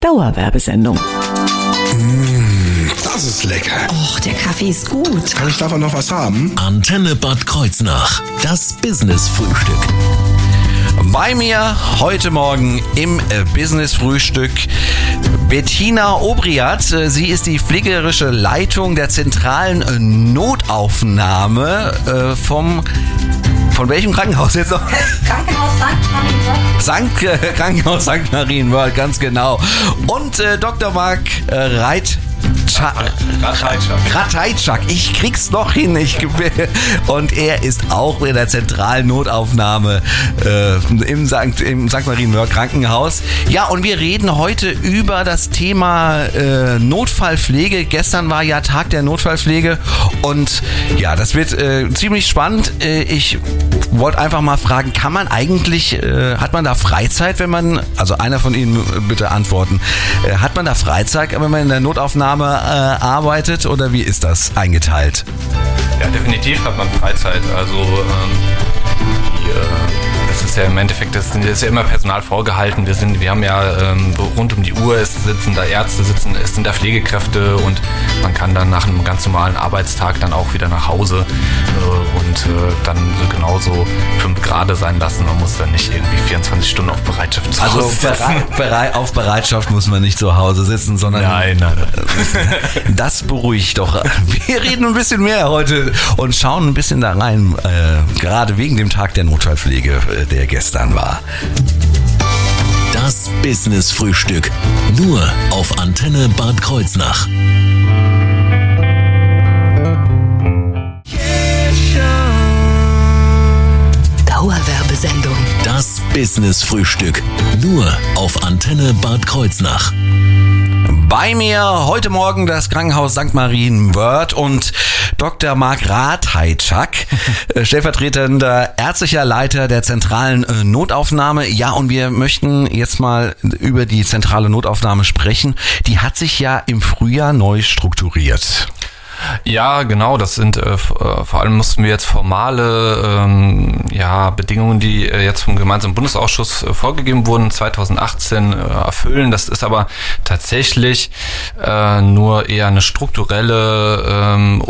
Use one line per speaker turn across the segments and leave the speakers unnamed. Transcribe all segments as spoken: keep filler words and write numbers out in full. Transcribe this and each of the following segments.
Dauerwerbesendung.
Mmh, das ist lecker.
Och, der Kaffee ist gut.
Kann ich davon noch was haben?
Antenne Bad Kreuznach. Das Business-Frühstück.
Bei mir heute Morgen im äh, Business-Frühstück Bettina Obriat. Sie ist die pflegerische Leitung der zentralen äh, Notaufnahme äh, vom... Von welchem Krankenhaus jetzt noch?
Krankenhaus Sankt Marienwörth.
Sankt, äh, Krankenhaus Sankt Marienwörth, ganz genau. Und äh, Doktor Marc äh, Reit... Rateitschak. Ich krieg's noch hin. Ich, und er ist auch in der zentralen Notaufnahme äh, im Sankt im Sankt Marienwörth Krankenhaus. Ja, und wir reden heute über das Thema äh, Notfallpflege. Gestern war ja Tag der Notfallpflege und ja, das wird äh, ziemlich spannend. Äh, ich wollte einfach mal fragen, kann man eigentlich, äh, hat man da Freizeit, wenn man, also einer von Ihnen bitte antworten, äh, hat man da Freizeit, wenn man in der Notaufnahme äh, arbeitet oder wie ist das eingeteilt?
Ja, definitiv hat man Freizeit. Also ähm, die, äh, das ist ja im Endeffekt, das ist ja immer Personal vorgehalten. Wir sind, wir haben ja ähm, rund um die Uhr es sitzen da Ärzte, sitzen, es sind da Pflegekräfte und man kann dann nach einem ganz normalen Arbeitstag dann auch wieder nach Hause äh, und äh, dann so genauso fünf Grad sein lassen. Man muss dann nicht irgendwie vierundzwanzig Stunden auf Bereitschaft zu Hause sitzen.
Also berei- auf Bereitschaft muss man nicht zu Hause sitzen, sondern
nein, nein, nein.
Das beruhigt doch. Wir reden ein bisschen mehr heute und schauen ein bisschen da rein, äh, gerade wegen dem Tag der Notfallpflege, äh, der gestern war.
Das Business-Frühstück. Nur auf Antenne Bad Kreuznach.
Dauerwerbesendung.
Das Business-Frühstück. Nur auf Antenne Bad Kreuznach.
Bei mir heute Morgen das Krankenhaus Sankt Marienwörth und Doktor Marc Rateitschak, stellvertretender ärztlicher Leiter der zentralen Notaufnahme. Ja, und wir möchten jetzt mal über die zentrale Notaufnahme sprechen. Die hat sich ja im Frühjahr neu strukturiert.
Ja, genau, das sind äh, vor allem mussten wir jetzt formale ähm, ja, Bedingungen, die äh, jetzt vom gemeinsamen Bundesausschuss äh, vorgegeben wurden, zwanzig achtzehn äh, erfüllen. Das ist aber tatsächlich äh, nur eher eine strukturelle ähm,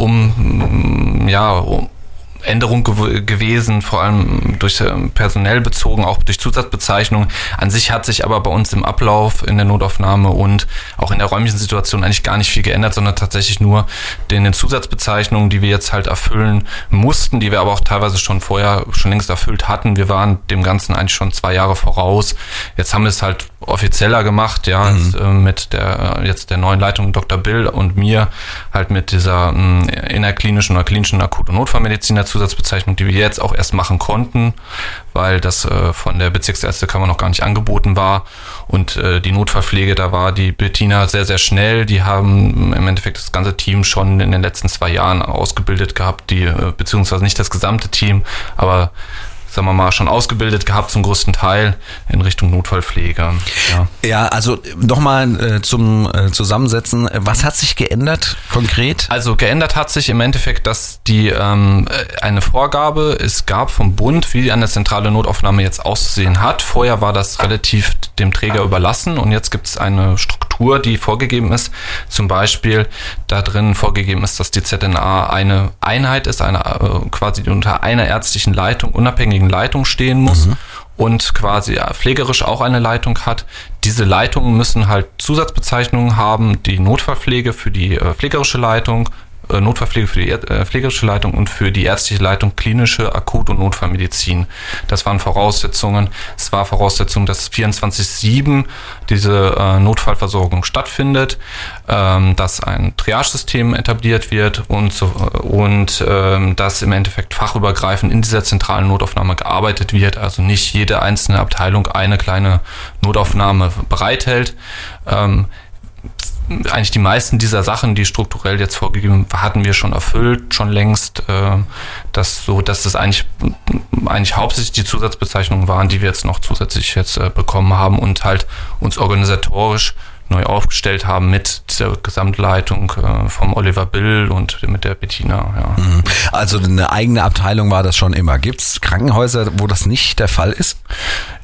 um ja um Änderung gew- gewesen, vor allem durch äh, personell bezogen, auch durch Zusatzbezeichnungen. An sich hat sich aber bei uns im Ablauf in der Notaufnahme und auch in der räumlichen Situation eigentlich gar nicht viel geändert, sondern tatsächlich nur den, den Zusatzbezeichnungen, die wir jetzt halt erfüllen mussten, die wir aber auch teilweise schon vorher schon längst erfüllt hatten. Wir waren dem Ganzen eigentlich schon zwei Jahre voraus. Jetzt haben wir es halt offizieller gemacht, ja, mhm. jetzt, äh, mit der jetzt der neuen Leitung Doktor Bill und mir halt mit dieser mh, innerklinischen oder klinischen Akut- und Notfallmediziner Zusatzbezeichnung, die wir jetzt auch erst machen konnten, weil das äh, von der Bezirksärztekammer noch gar nicht angeboten war. Und äh, die Notfallpflege, da war die Bettina sehr, sehr schnell. Die haben im Endeffekt das ganze Team schon in den letzten zwei Jahren ausgebildet gehabt, die äh, beziehungsweise nicht das gesamte Team, aber sagen wir mal, schon ausgebildet gehabt zum größten Teil in Richtung Notfallpflege. Ja,
ja also nochmal äh, zum äh, Zusammensetzen. Was hat sich geändert konkret?
Also geändert hat sich im Endeffekt, dass die ähm, eine Vorgabe es gab vom Bund, wie eine zentrale Notaufnahme jetzt auszusehen hat. Vorher war das relativ dem Träger überlassen und jetzt gibt es eine Struktur, die vorgegeben ist. Zum Beispiel da drin vorgegeben ist, dass die Z N A eine Einheit ist, eine äh, quasi unter einer ärztlichen Leitung, unabhängigen Leitung stehen muss mhm. und quasi ja, pflegerisch auch eine Leitung hat. Diese Leitungen müssen halt Zusatzbezeichnungen haben, die Notfallpflege für die äh, pflegerische Leitung, äh, Notfallpflege für die äh, pflegerische Leitung und für die ärztliche Leitung klinische Akut- und Notfallmedizin. Das waren Voraussetzungen. Es war Voraussetzung, dass vierundzwanzig sieben diese äh, Notfallversorgung stattfindet, ähm, dass ein Triagesystem etabliert wird und, so, und ähm, dass im Endeffekt fachübergreifend in dieser zentralen Notaufnahme gearbeitet wird, also nicht jede einzelne Abteilung eine kleine Notaufnahme bereithält. Ähm, eigentlich die meisten dieser Sachen, die strukturell jetzt vorgegeben hatten wir schon erfüllt, schon längst, äh, dass so, dass das eigentlich eigentlich hauptsächlich die Zusatzbezeichnungen waren, die wir jetzt noch zusätzlich jetzt äh, bekommen haben und halt uns organisatorisch neu aufgestellt haben mit der Gesamtleitung äh, vom Oliver Bill und mit der Bettina. Ja.
Also eine eigene Abteilung war das schon immer. Gibt es Krankenhäuser, wo das nicht der Fall ist?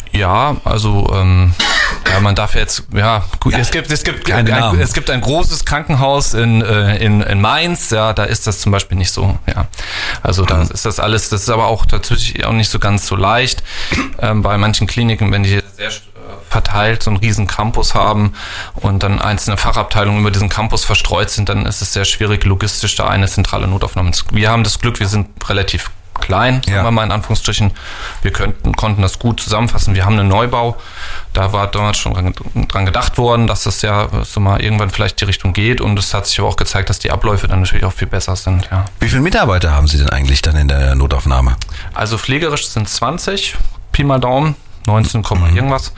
Ja, also ähm, ja, man darf jetzt, ja, gut, ja, es gibt es gibt ein, ein, es gibt ein großes Krankenhaus in, in in Mainz, ja, da ist das zum Beispiel nicht so, ja. Also da ist das alles, das ist aber auch tatsächlich auch nicht so ganz so leicht. Ähm, bei manchen Kliniken, wenn die sehr verteilt so einen riesen Campus haben und dann einzelne Fachabteilungen über diesen Campus verstreut sind, dann ist es sehr schwierig, logistisch da eine zentrale Notaufnahme zu. Wir haben das Glück, wir sind relativ klein, sagen
ja.
wir mal in Anführungsstrichen. Wir könnten, konnten das gut zusammenfassen. Wir haben einen Neubau. Da war damals schon dran, dran gedacht worden, dass das ja so mal irgendwann vielleicht die Richtung geht. Und es hat sich aber auch gezeigt, dass die Abläufe dann natürlich auch viel besser sind. Ja.
Wie viele Mitarbeiter haben Sie denn eigentlich dann in der Notaufnahme?
Also pflegerisch sind zwanzig, Pi mal Daumen, neunzehn, mhm. irgendwas.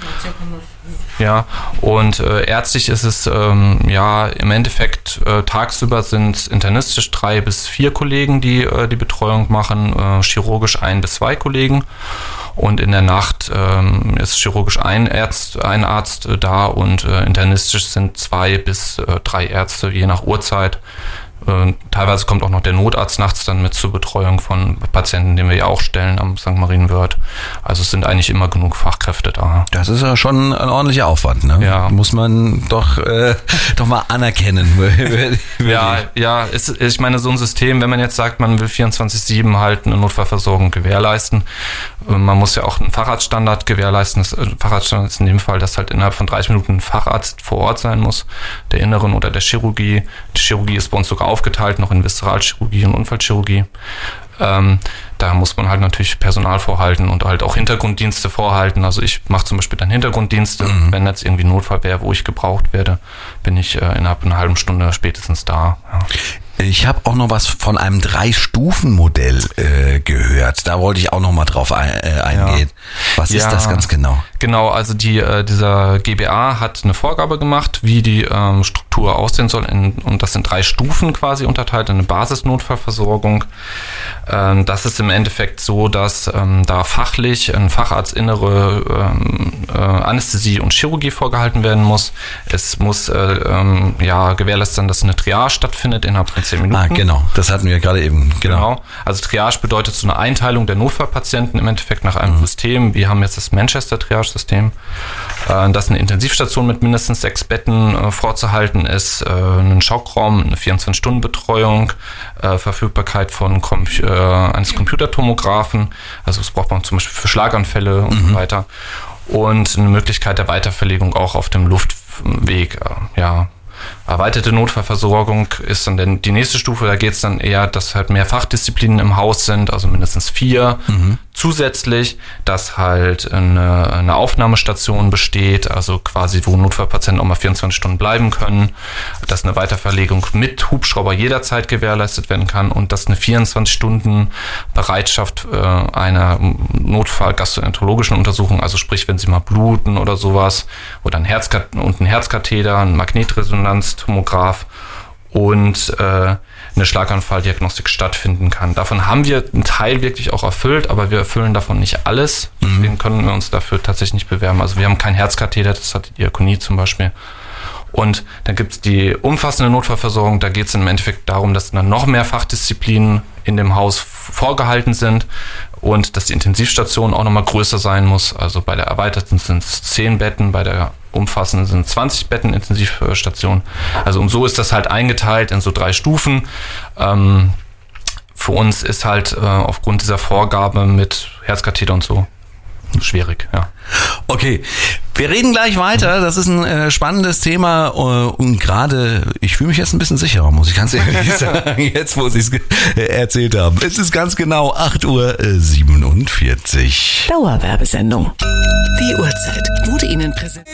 Ja, und äh, ärztlich ist es, ähm, ja, im Endeffekt äh, tagsüber sind internistisch drei bis vier Kollegen, die äh, die Betreuung machen, äh, chirurgisch ein bis zwei Kollegen und in der Nacht ähm, ist chirurgisch ein Arzt, ein Arzt äh, da und äh, internistisch sind zwei bis äh, drei Ärzte, je nach Uhrzeit. Äh, teilweise kommt auch noch der Notarzt nachts dann mit zur Betreuung von Patienten, den wir ja auch stellen am Sankt Marienwörth. Also es sind eigentlich immer genug Fachkräfte da.
Das ist ja schon ein ordentlicher Aufwand, ne?
Ja.
Muss man doch, äh, doch mal anerkennen.
ja, ja, ist, ich meine, so ein System, wenn man jetzt sagt, man will vierundzwanzig sieben halt eine Notfallversorgung gewährleisten, man muss ja auch einen Facharztstandard gewährleisten. Das Facharztstandard ist in dem Fall, dass halt innerhalb von dreißig Minuten ein Facharzt vor Ort sein muss, der Inneren oder der Chirurgie. Die Chirurgie ist bei uns sogar aufgeteilt, noch in Viszeralchirurgie und Unfallchirurgie. Ähm, da muss man halt natürlich Personal vorhalten und halt auch Hintergrunddienste vorhalten. Also ich mache zum Beispiel dann Hintergrunddienste. Mhm. Wenn jetzt irgendwie ein Notfall wäre, wo ich gebraucht werde, bin ich äh, innerhalb einer halben Stunde spätestens da. Ja.
Ich habe auch noch was von einem Drei-Stufen-Modell äh, gehört. Da wollte ich auch noch mal drauf ein, äh, eingehen. Ja. Was ist ja, das ganz genau?
Genau, also die, äh, dieser G B A hat eine Vorgabe gemacht, wie die ähm, Struktur aussehen soll. In, und das sind drei Stufen quasi unterteilt. Eine Basisnotfallversorgung. Ähm, das ist im Endeffekt so, dass ähm, da fachlich ein Facharzt innere ähm, äh, Anästhesie und Chirurgie vorgehalten werden muss. Es muss äh, ähm, ja gewährleistet sein, dass eine Triage stattfindet innerhalb von zehn Minuten.
Ah, genau. Das hatten wir gerade eben. Genau.
genau. Also Triage bedeutet so eine Einteilung der Notfallpatienten im Endeffekt nach einem mhm. System. Wir haben jetzt das Manchester-Triage-System, äh, das eine Intensivstation mit mindestens sechs Betten äh, vorzuhalten ist, äh, einen Schockraum, eine vierundzwanzig-Stunden-Betreuung, äh, Verfügbarkeit von Comp- äh, eines Computertomographen. Also das braucht man zum Beispiel für Schlaganfälle und mhm. so weiter. Und eine Möglichkeit der Weiterverlegung auch auf dem Luftweg, äh, ja. Erweiterte Notfallversorgung ist dann die nächste Stufe, da geht es dann eher, dass halt mehr Fachdisziplinen im Haus sind, also mindestens vier. Mhm. Zusätzlich, dass halt eine, eine Aufnahmestation besteht, also quasi, wo Notfallpatienten auch mal vierundzwanzig Stunden bleiben können, dass eine Weiterverlegung mit Hubschrauber jederzeit gewährleistet werden kann und dass eine vierundzwanzig Stunden Bereitschaft äh, einer Notfall-gastroenterologischen Untersuchung, also sprich, wenn Sie mal bluten oder sowas, oder ein Herzkat- und ein Herzkatheter, ein Magnetresonanztomograph und äh, eine Schlaganfalldiagnostik stattfinden kann. Davon haben wir einen Teil wirklich auch erfüllt, aber wir erfüllen davon nicht alles. Mhm. Deswegen können wir uns dafür tatsächlich nicht bewerben. Also wir haben keinen Herzkatheter, das hat die Diakonie zum Beispiel. Und dann gibt es die umfassende Notfallversorgung, da geht es im Endeffekt darum, dass dann noch mehr Fachdisziplinen in dem Haus vorgehalten sind und dass die Intensivstation auch nochmal größer sein muss. Also bei der erweiterten sind es zehn Betten, bei der umfassenden sind zwanzig Betten Intensivstation. Also und so ist das halt eingeteilt in so drei Stufen. Ähm, für uns ist halt äh, aufgrund dieser Vorgabe mit Herzkatheter und so schwierig, ja.
Okay, wir reden gleich weiter. Das ist ein äh, spannendes Thema äh, und gerade, ich fühle mich jetzt ein bisschen sicherer, muss ich ganz ehrlich sagen, jetzt wo Sie es ge- äh, erzählt haben. Es ist ganz genau acht Uhr siebenundvierzig.
Dauerwerbesendung. Die Uhrzeit wurde Ihnen präsentiert.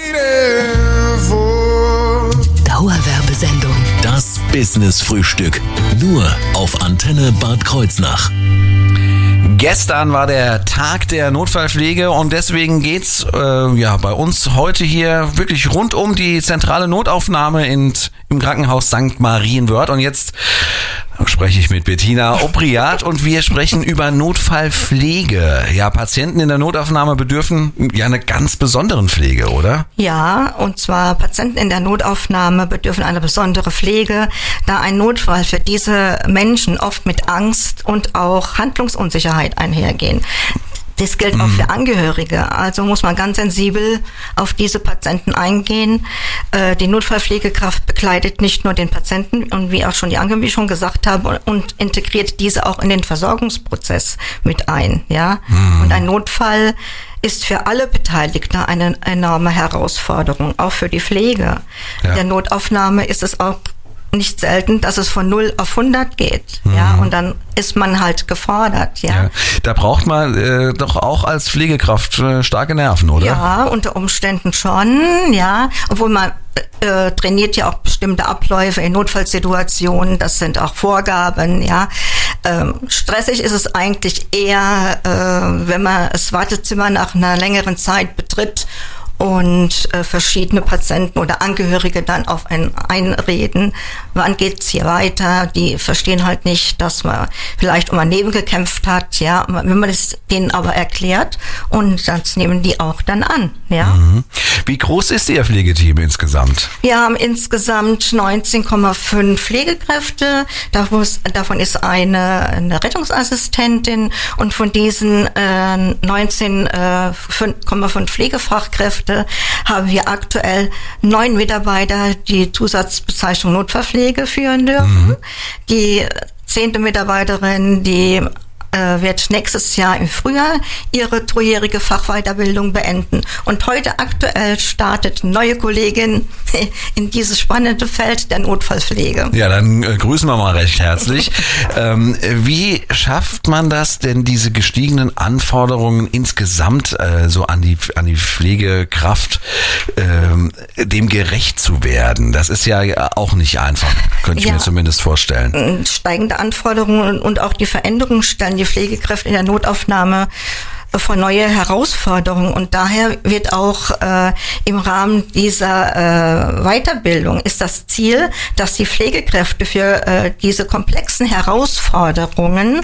Dauerwerbesendung.
Das Business-Frühstück. Nur auf Antenne Bad Kreuznach.
Gestern war der Tag der Notfallpflege und deswegen geht's äh, ja bei uns heute hier wirklich rund um die zentrale Notaufnahme in, im Krankenhaus Sankt Marienwörth. Und jetzt spreche ich mit Bettina Opriat und wir sprechen über Notfallpflege. Ja, Patienten in der Notaufnahme bedürfen ja einer ganz besonderen Pflege, oder?
Ja, und zwar Patienten in der Notaufnahme bedürfen einer besonderen Pflege, da ein Notfall für diese Menschen oft mit Angst und auch Handlungsunsicherheit einhergehen. Das gilt auch für Angehörige. Also muss man ganz sensibel auf diese Patienten eingehen. Äh, die Notfallpflegekraft begleitet nicht nur den Patienten und wie auch schon die Angehörigen, wie ich schon gesagt habe, und integriert diese auch in den Versorgungsprozess mit ein. Ja, mhm. Und ein Notfall ist für alle Beteiligten eine enorme Herausforderung, auch für die Pflege. Ja. In der Notaufnahme ist es auch nicht selten, dass es von null auf hundert geht, mhm. ja, und dann ist man halt gefordert, ja. ja.
Da braucht man äh, doch auch als Pflegekraft äh, starke Nerven, oder?
Ja, unter Umständen schon, ja, obwohl man äh, trainiert ja auch bestimmte Abläufe in Notfallsituationen, das sind auch Vorgaben, ja. Ähm, stressig ist es eigentlich eher, äh, wenn man das Wartezimmer nach einer längeren Zeit betritt und äh, verschiedene Patienten oder Angehörige dann auf einen einreden, wann geht's hier weiter? Die verstehen halt nicht, dass man vielleicht um ein Leben gekämpft hat, ja. Wenn man es denen aber erklärt, und das nehmen die auch dann an, ja.
Mhm. Wie groß ist Ihr Pflegeteam insgesamt?
Wir haben insgesamt neunzehn Komma fünf Pflegekräfte, davon ist eine, eine Rettungsassistentin, und von diesen äh, neunzehn Komma fünf Pflegefachkräften haben wir aktuell neun Mitarbeiter, die Zusatzbezeichnung Notfallpflege führen dürfen. Mhm. Die zehnte Mitarbeiterin, die äh, wird nächstes Jahr im Frühjahr ihre dreijährige Fachweiterbildung beenden. Und heute aktuell startet eine neue Kollegin in dieses spannende Feld der Notfallpflege.
Ja, dann äh, grüßen wir mal recht herzlich. ähm, wie schafft man das denn, diese gestiegenen Anforderungen insgesamt äh, so an die an die Pflegekraft, ähm, dem gerecht zu werden? Das ist ja auch nicht einfach, könnte ich ja, mir zumindest vorstellen.
Steigende Anforderungen und auch die Veränderungen stellen die Pflegekräfte in der Notaufnahme vor neue Herausforderungen, und daher wird auch äh, im Rahmen dieser äh, Weiterbildung ist das Ziel, dass die Pflegekräfte für äh, diese komplexen Herausforderungen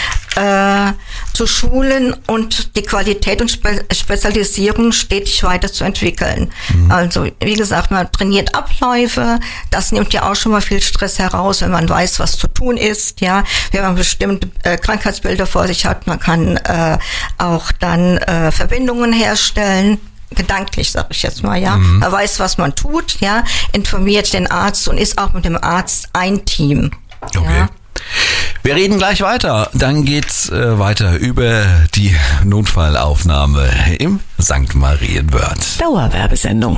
äh, zu schulen und die Qualität und Spe- Spezialisierung stetig weiterzuentwickeln. Mhm. Also wie gesagt, man trainiert Abläufe, das nimmt ja auch schon mal viel Stress heraus, wenn man weiß, was zu tun ist, ja, wenn man bestimmte äh, Krankheitsbilder vor sich hat, man kann äh, auch dann äh, Verbindungen herstellen, gedanklich, sage ich jetzt mal, ja. Mhm. Man weiß, was man tut, ja, informiert den Arzt und ist auch mit dem Arzt ein Team.
Okay. Ja. Wir reden gleich weiter. Dann geht's äh, weiter über die Notfallaufnahme im Sankt Marienwörth.
Dauerwerbesendung.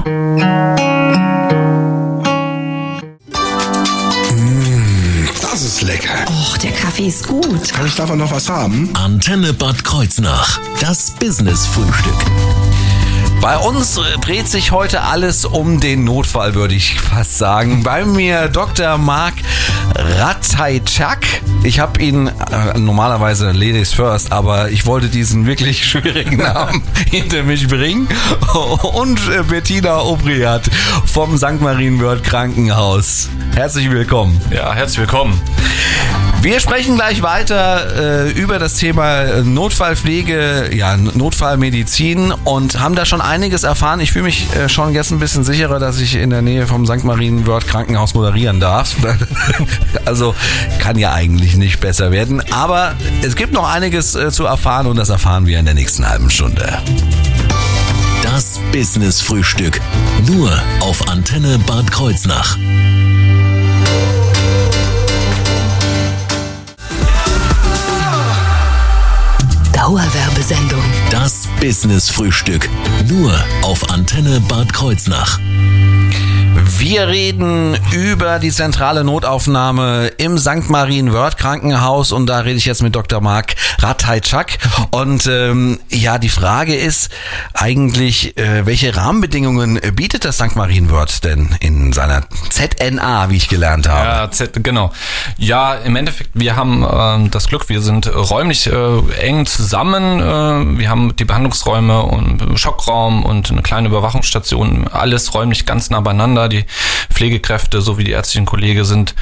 Mmh, das ist lecker.
Och, der Kaffee ist gut.
Kann ich davon noch was haben?
Antenne Bad Kreuznach. Das Business-Frühstück.
Bei uns dreht sich heute alles um den Notfall, würde ich fast sagen. Bei mir Doktor Marc Ratajczak. Ich habe ihn äh, normalerweise Ladies First, aber ich wollte diesen wirklich schwierigen Namen hinter mich bringen. Und äh, Bettina Obriat vom Sankt Marienwörth Krankenhaus. Herzlich willkommen.
Ja, herzlich willkommen.
Wir sprechen gleich weiter äh, über das Thema Notfallpflege, ja, Notfallmedizin, und haben da schon einiges erfahren. Ich fühle mich äh, schon jetzt ein bisschen sicherer, dass ich in der Nähe vom Sankt Marienwörth Krankenhaus moderieren darf. Also kann ja eigentlich nicht besser werden. Aber es gibt noch einiges äh, zu erfahren, und das erfahren wir in der nächsten halben Stunde.
Das Business-Frühstück. Nur auf Antenne Bad Kreuznach.
Dauerwerbesendung.
Das Business-Frühstück. Nur auf Antenne Bad Kreuznach.
Wir reden über die zentrale Notaufnahme im Sankt Marienwörth Krankenhaus, und da rede ich jetzt mit Doktor Marc Ratajczak. Und ähm, ja, die Frage ist eigentlich, äh, welche Rahmenbedingungen bietet das Sankt Marienwörth denn in seiner Z N A, wie ich gelernt habe?
Ja, Z, genau. Ja, im Endeffekt, wir haben äh, das Glück, wir sind räumlich äh, eng zusammen. Äh, wir haben die Behandlungsräume und Schockraum und eine kleine Überwachungsstation, alles räumlich ganz nah beieinander. Die Pflegekräfte sowie die ärztlichen Kollegen sind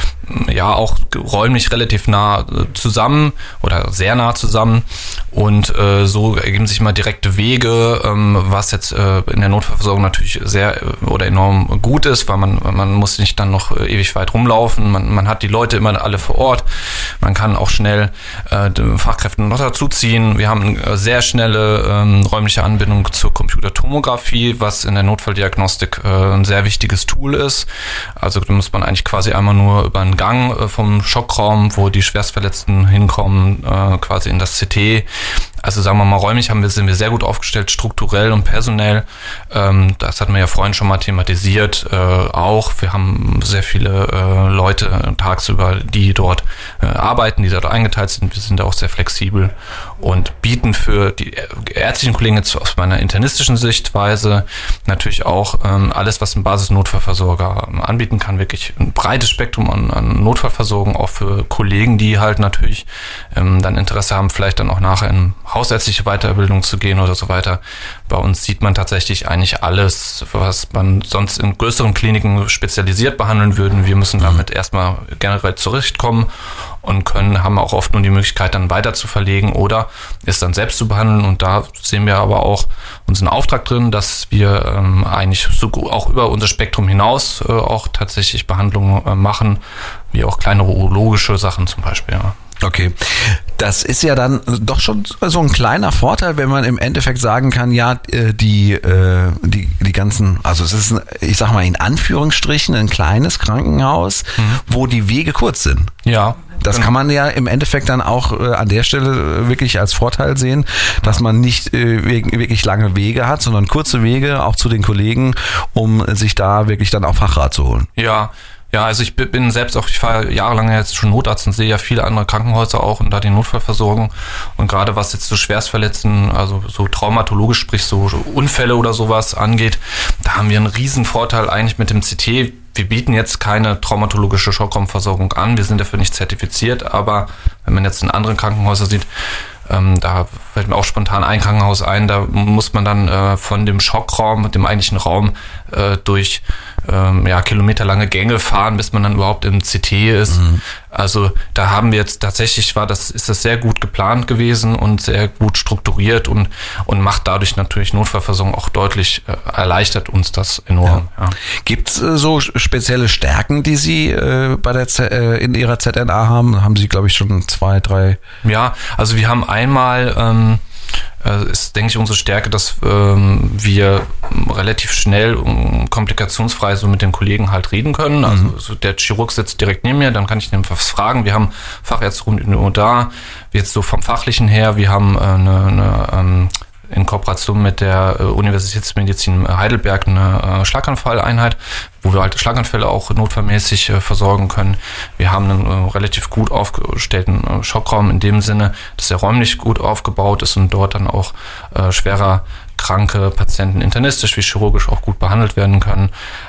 ja auch räumlich relativ nah zusammen oder sehr nah zusammen und äh, so ergeben sich mal direkte Wege, ähm, was jetzt äh, in der Notfallversorgung natürlich sehr äh, oder enorm gut ist, weil man man muss nicht dann noch äh, ewig weit rumlaufen, man, man hat die Leute immer alle vor Ort, man kann auch schnell äh, Fachkräfte noch dazuziehen. Wir haben eine sehr schnelle ähm, räumliche Anbindung zur Computertomographie, was in der Notfalldiagnostik äh, ein sehr wichtiges Tool ist. Also da muss man eigentlich quasi einmal nur über einen Gang äh, vom Schockraum, wo die Schwerstverletzten hinkommen, äh, quasi in das C T. Also sagen wir mal, räumlich haben wir, sind wir sehr gut aufgestellt, strukturell und personell. Ähm, das hatten wir ja vorhin schon mal thematisiert. Äh, auch wir haben sehr viele äh, Leute tagsüber, die dort äh, arbeiten, die dort eingeteilt sind. Wir sind da auch sehr flexibel und bieten für die ärztlichen Kollegen jetzt aus meiner internistischen Sichtweise natürlich auch ähm, alles, was ein Basisnotfallversorger ähm, anbieten kann. Wirklich ein breites Spektrum an, an Notfallversorgung, auch für Kollegen, die halt natürlich ähm, dann Interesse haben, vielleicht dann auch nachher in hausärztliche Weiterbildung zu gehen oder so weiter. Bei uns sieht man tatsächlich eigentlich alles, was man sonst in größeren Kliniken spezialisiert behandeln würden. Wir müssen damit erstmal generell zurechtkommen und können, haben auch oft nur die Möglichkeit, dann weiter zu verlegen oder es dann selbst zu behandeln. Und da sehen wir aber auch unseren Auftrag drin, dass wir ähm, eigentlich so auch über unser Spektrum hinaus äh, auch tatsächlich Behandlungen äh, machen, wie auch kleinere urologische Sachen zum Beispiel. Ja.
Okay, das ist ja dann doch schon so ein kleiner Vorteil, wenn man im Endeffekt sagen kann, ja, die, die, die ganzen, also es ist, ich sag mal in Anführungsstrichen, ein kleines Krankenhaus, mhm. wo die Wege kurz sind.
Ja.
Das kann man ja im Endeffekt dann auch äh, an der Stelle wirklich als Vorteil sehen, dass man nicht äh, wirklich lange Wege hat, sondern kurze Wege auch zu den Kollegen, um sich da wirklich dann auch Fachrat zu holen.
Ja. Ja, also ich bin selbst auch, ich war jahrelang jetzt schon Notarzt und sehe ja viele andere Krankenhäuser auch und da die Notfallversorgung. Und gerade was jetzt so Schwerstverletzten, also so traumatologisch, sprich so Unfälle oder sowas angeht, da haben wir einen riesen Vorteil eigentlich mit dem C T. Wir bieten jetzt keine traumatologische Schockraumversorgung an, wir sind dafür nicht zertifiziert, aber wenn man jetzt in anderen Krankenhäusern sieht, Ähm, da fällt mir auch spontan ein Krankenhaus ein, da muss man dann äh, von dem Schockraum, dem eigentlichen Raum, äh, durch ähm, ja, kilometerlange Gänge fahren, bis man dann überhaupt im C T ist. Mhm. Also da haben wir jetzt tatsächlich, war das, ist das sehr gut geplant gewesen und sehr gut strukturiert und, und macht dadurch natürlich Notfallversorgung auch deutlich, äh, erleichtert uns das enorm. Ja.
Ja. Gibt es äh, so spezielle Stärken, die Sie äh, bei der Z- äh, in Ihrer Z N A haben? Haben Sie, glaube ich, schon zwei, drei?
Ja, also wir haben einmal, ähm, äh, ist, denke ich, unsere Stärke, dass ähm, wir relativ schnell und komplikationsfrei so mit den Kollegen halt reden können. Also mhm. so der Chirurg sitzt direkt neben mir, dann kann ich ihm was fragen. Wir haben Fachärzte rund um da. Jetzt so vom Fachlichen her, wir haben äh, eine, eine ähm, in Kooperation mit der äh, Universitätsmedizin Heidelberg eine äh, Schlaganfalleinheit, wo wir halt Schlaganfälle auch notfallmäßig äh, versorgen können. Wir haben einen äh, relativ gut aufgestellten äh, Schockraum in dem Sinne, dass er räumlich gut aufgebaut ist und dort dann auch äh, schwerer kranke Patienten internistisch wie chirurgisch auch gut behandelt werden können.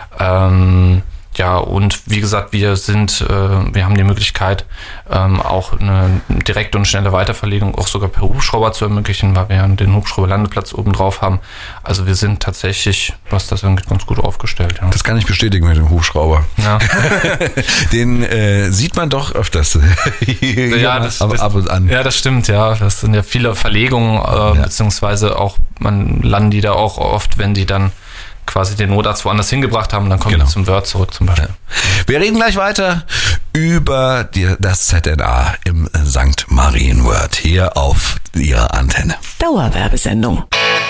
Ähm, Ja, und wie gesagt, wir sind, äh, wir haben die Möglichkeit, ähm, auch eine direkte und schnelle Weiterverlegung auch sogar per Hubschrauber zu ermöglichen, weil wir ja den Hubschrauberlandeplatz oben drauf haben. Also wir sind tatsächlich, was das angeht, ganz gut aufgestellt. Ja.
Das kann ich bestätigen mit dem Hubschrauber.
Ja.
Den äh, sieht man doch öfters.
ja, das,
ab,
das,
ab und an.
Ja, das stimmt, ja. Das sind ja viele Verlegungen, äh, ja. beziehungsweise auch, man landen die da auch oft, wenn die dann quasi den Notarzt woanders hingebracht haben, dann kommen genau. die zum Word zurück zum Beispiel.
Ja. Wir reden gleich weiter über die, das Z N A im Sankt Marienwörth hier auf Ihrer Antenne.
Dauerwerbesendung.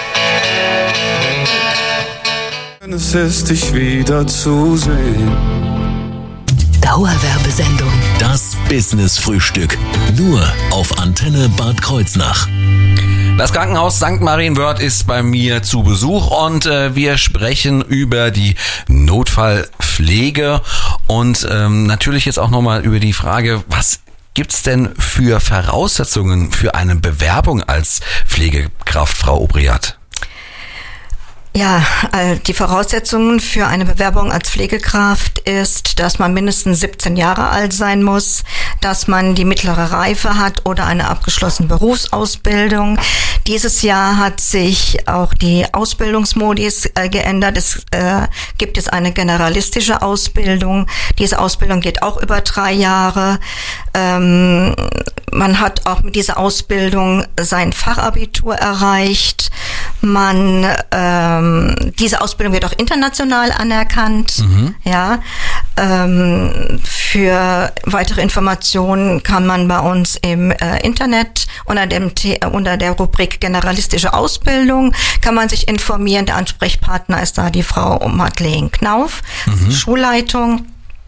Es ist dich wieder zu sehen.
Dauerwerbesendung.
Das Business-Frühstück. Nur auf Antenne Bad Kreuznach.
Das Krankenhaus Sankt Marienwörth ist bei mir zu Besuch und äh, wir sprechen über die Notfallpflege und ähm, natürlich jetzt auch nochmal über die Frage, was gibt's denn für Voraussetzungen für eine Bewerbung als Pflegekraft, Frau Obriat?
Ja, die Voraussetzungen für eine Bewerbung als Pflegekraft ist, dass man mindestens siebzehn Jahre alt sein muss, dass man die mittlere Reife hat oder eine abgeschlossene Berufsausbildung. Dieses Jahr hat sich auch die Ausbildungsmodis äh, geändert. Es äh, gibt jetzt eine generalistische Ausbildung. Diese Ausbildung geht auch über drei Jahre. Ähm, man hat auch mit dieser Ausbildung sein Fachabitur erreicht. Man ähm, diese Ausbildung wird auch international anerkannt. Mhm. Ja, ähm, für weitere Informationen kann man bei uns im äh, Internet unter dem The- unter der Rubrik generalistische Ausbildung kann man sich informieren. Der Ansprechpartner ist da die Frau Madeleine Knauf, mhm. Schulleitung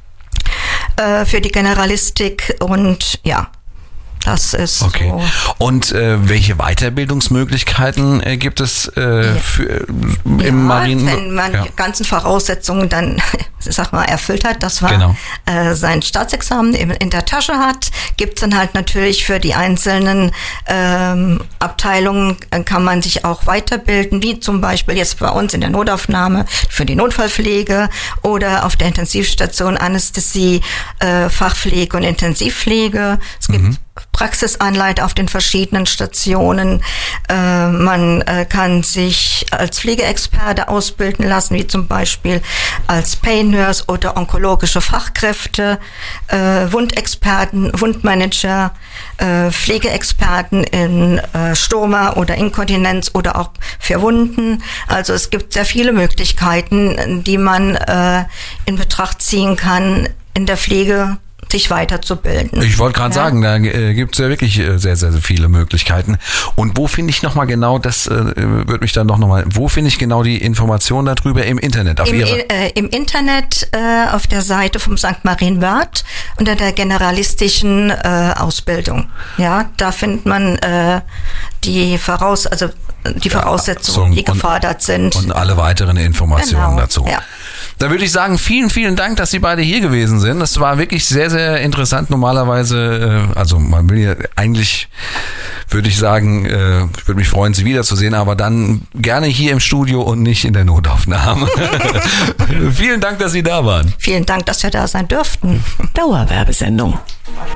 äh, für die Generalistik und ja. Das ist
okay.
So.
Und äh, welche Weiterbildungsmöglichkeiten äh, gibt es äh,
ja.
für, im
ja,
Marien?
Wenn man
ja.
die ganzen Voraussetzungen dann, sag mal, erfüllt hat, dass man
genau.
äh, sein Staatsexamen in, in der Tasche hat, gibt's dann halt natürlich für die einzelnen ähm, Abteilungen, äh, kann man sich auch weiterbilden, wie zum Beispiel jetzt bei uns in der Notaufnahme für die Notfallpflege oder auf der Intensivstation Anästhesie, äh, Fachpflege und Intensivpflege. Es gibt mhm. Praxisanleiter auf den verschiedenen Stationen. Äh, man äh, kann sich als Pflegeexperte ausbilden lassen, wie zum Beispiel als Pain Nurse oder onkologische Fachkräfte, äh, Wundexperten, Wundmanager, äh, Pflegeexperten in äh, Stoma oder Inkontinenz oder auch für Wunden. Also es gibt sehr viele Möglichkeiten, die man äh, in Betracht ziehen kann in der Pflege, sich weiterzubilden.
Ich wollte gerade
ja.
sagen, da äh, gibt es ja wirklich äh, sehr, sehr, sehr viele Möglichkeiten. Und wo finde ich nochmal genau, das äh, würde mich dann doch nochmal, wo finde ich genau die Informationen darüber im Internet? Auf
Im,
Ihre?
äh, Im Internet äh, auf der Seite vom Sankt Marienwörth unter der generalistischen äh, Ausbildung. Ja, da findet man äh, die Voraus, also die Voraussetzungen,
ja,
die gefordert sind.
Und alle weiteren Informationen
genau.
dazu.
Ja.
Da würde ich sagen, vielen, vielen Dank, dass Sie beide hier gewesen sind. Das war wirklich sehr, sehr interessant. Normalerweise, also man will ja eigentlich, würde ich sagen, ich würde mich freuen, Sie wiederzusehen, aber dann gerne hier im Studio und nicht in der Notaufnahme. Vielen Dank, dass Sie da waren.
Vielen Dank, dass wir da sein dürften.
Dauerwerbesendung.